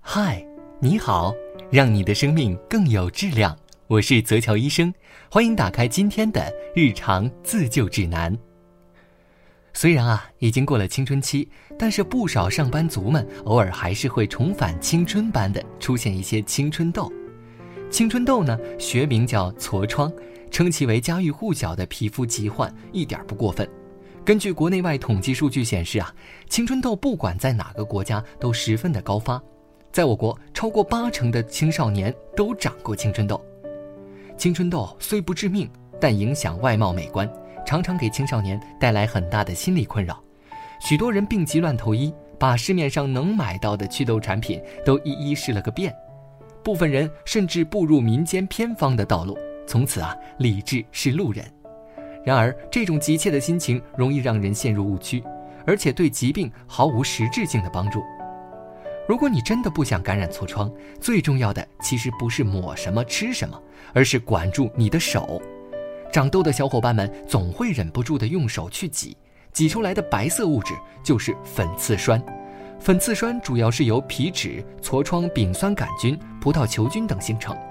嗨，你好，让你的生命更有质量。我是泽乔医生，欢迎打开今天的日常自救指南。虽然已经过了青春期，但是不少上班族们偶尔还是会重返青春般的出现一些青春痘。青春痘呢，学名叫痤疮，称其为家喻户晓的皮肤疾患，一点不过分。根据国内外统计数据显示青春痘不管在哪个国家都十分的高发。在我国，超过80%的青少年都长过青春痘。青春痘虽不致命，但影响外貌美观，常常给青少年带来很大的心理困扰。许多人病急乱投医，把市面上能买到的祛痘产品都一一试了个遍。部分人甚至步入民间偏方的道路，从此理智是路人。然而，这种急切的心情容易让人陷入误区，而且对疾病毫无实质性的帮助。如果你真的不想感染痤疮，最重要的其实不是抹什么吃什么，而是管住你的手。长痘的小伙伴们总会忍不住地用手去挤出来的白色物质就是粉刺栓。粉刺栓主要是由皮脂、痤疮丙酸杆菌、葡萄球菌等形成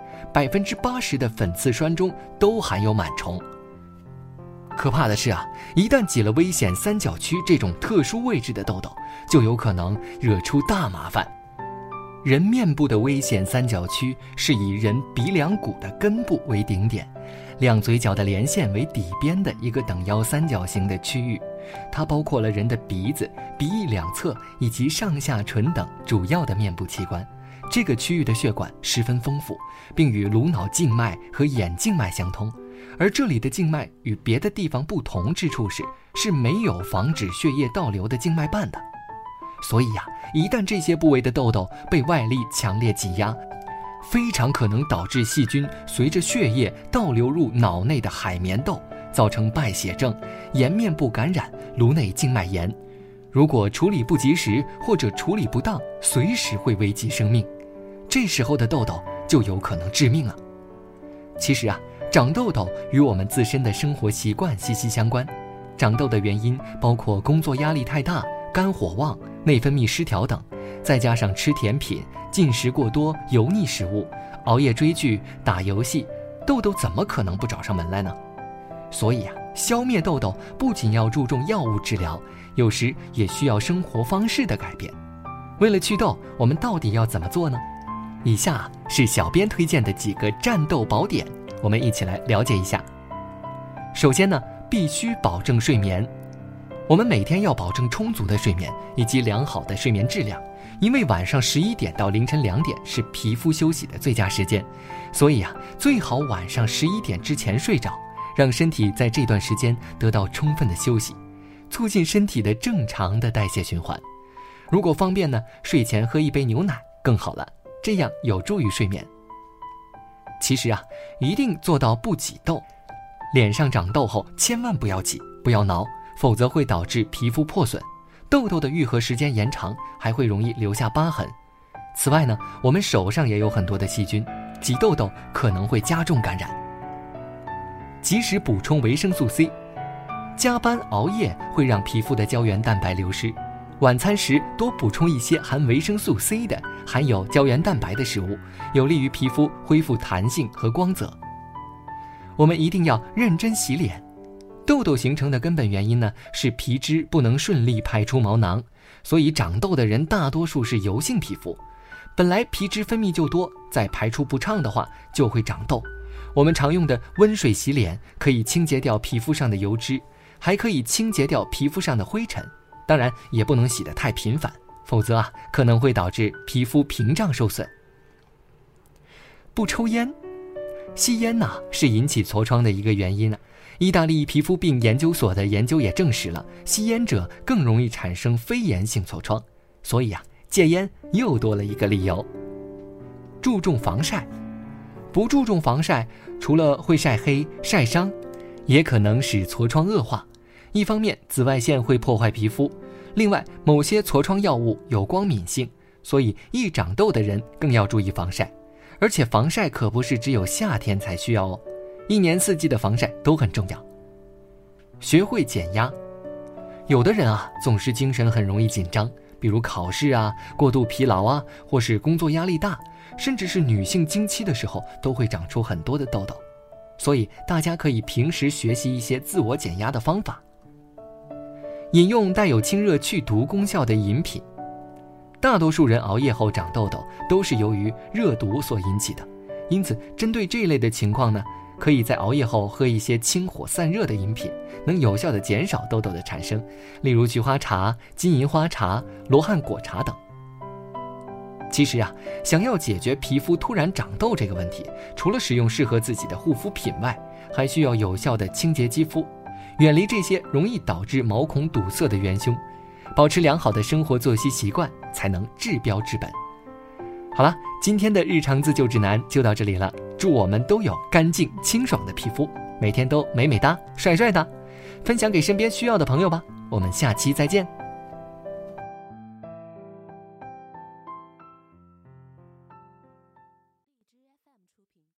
，80%的粉刺栓中都含有螨虫。可怕的是一旦挤了危险三角区这种特殊位置的痘痘，就有可能惹出大麻烦。人面部的危险三角区是以人鼻梁骨的根部为顶点，两嘴角的连线为底边的一个等腰三角形的区域，它包括了人的鼻子、鼻翼两侧以及上下唇等主要的面部器官。这个区域的血管十分丰富，并与颅脑静脉和眼静脉相通。而这里的静脉与别的地方不同之处是没有防止血液倒流的静脉瓣的。所以一旦这些部位的痘痘被外力强烈挤压，非常可能导致细菌随着血液倒流入脑内的海绵窦，造成败血症、颜面部感染、颅内静脉炎。如果处理不及时或者处理不当，随时会危及生命。这时候的痘痘就有可能致命了。其实长痘痘与我们自身的生活习惯息息相关。长痘的原因包括工作压力太大、肝火旺、内分泌失调等，再加上吃甜品、进食过多、油腻食物、熬夜追剧、打游戏，痘痘怎么可能不找上门来呢？所以消灭痘痘不仅要注重药物治疗，有时也需要生活方式的改变。为了祛痘，我们到底要怎么做呢？以下是小编推荐的几个战斗宝典，我们一起来了解一下。首先必须保证睡眠。我们每天要保证充足的睡眠以及良好的睡眠质量，因为晚上11点到凌晨2点是皮肤休息的最佳时间，所以最好晚上11点之前睡着，让身体在这段时间得到充分的休息，促进身体的正常的代谢循环。如果方便睡前喝一杯牛奶更好了，这样有助于睡眠。其实一定做到不挤痘。脸上长痘后千万不要挤，不要挠，否则会导致皮肤破损，痘痘的愈合时间延长，还会容易留下疤痕。此外我们手上也有很多的细菌，挤痘痘可能会加重感染。及时补充维生素 C。 加班熬夜会让皮肤的胶原蛋白流失，晚餐时多补充一些含维生素 C 的、含有胶原蛋白的食物，有利于皮肤恢复弹性和光泽。我们一定要认真洗脸。痘痘形成的根本原因是皮脂不能顺利排出毛囊，所以长痘的人大多数是油性皮肤。本来皮脂分泌就多，再排出不畅的话就会长痘。我们常用的温水洗脸可以清洁掉皮肤上的油脂，还可以清洁掉皮肤上的灰尘，当然也不能洗得太频繁，否则可能会导致皮肤屏障受损。不抽烟。吸烟是引起痤疮的一个原因。意大利皮肤病研究所的研究也证实了，吸烟者更容易产生非炎性痤疮，所以戒烟又多了一个理由。注重防晒。不注重防晒，除了会晒黑、晒伤，也可能使痤疮恶化。一方面紫外线会破坏皮肤，另外某些痤疮药物有光敏性，所以易长痘的人更要注意防晒。而且防晒可不是只有夏天才需要一年四季的防晒都很重要。学会减压。有的人总是精神很容易紧张， 比如考试啊、过度疲劳啊，或是工作压力大，甚至是女性经期的时候都会长出很多的痘痘。所以大家可以平时学习一些自我减压的方法。饮用带有清热去毒功效的饮品。大多数人熬夜后长痘痘都是由于热毒所引起的，因此针对这类的情况呢，可以在熬夜后喝一些清火散热的饮品，能有效地减少痘痘的产生，例如菊花茶、金银花茶、罗汉果茶等。其实啊，想要解决皮肤突然长痘这个问题，除了使用适合自己的护肤品外，还需要有效的清洁肌肤，远离这些容易导致毛孔堵塞的元凶，保持良好的生活作息习惯，才能治标治本。好了，今天的日常自救指南就到这里了，祝我们都有干净清爽的皮肤，每天都美美哒、帅帅的，分享给身边需要的朋友吧。我们下期再见。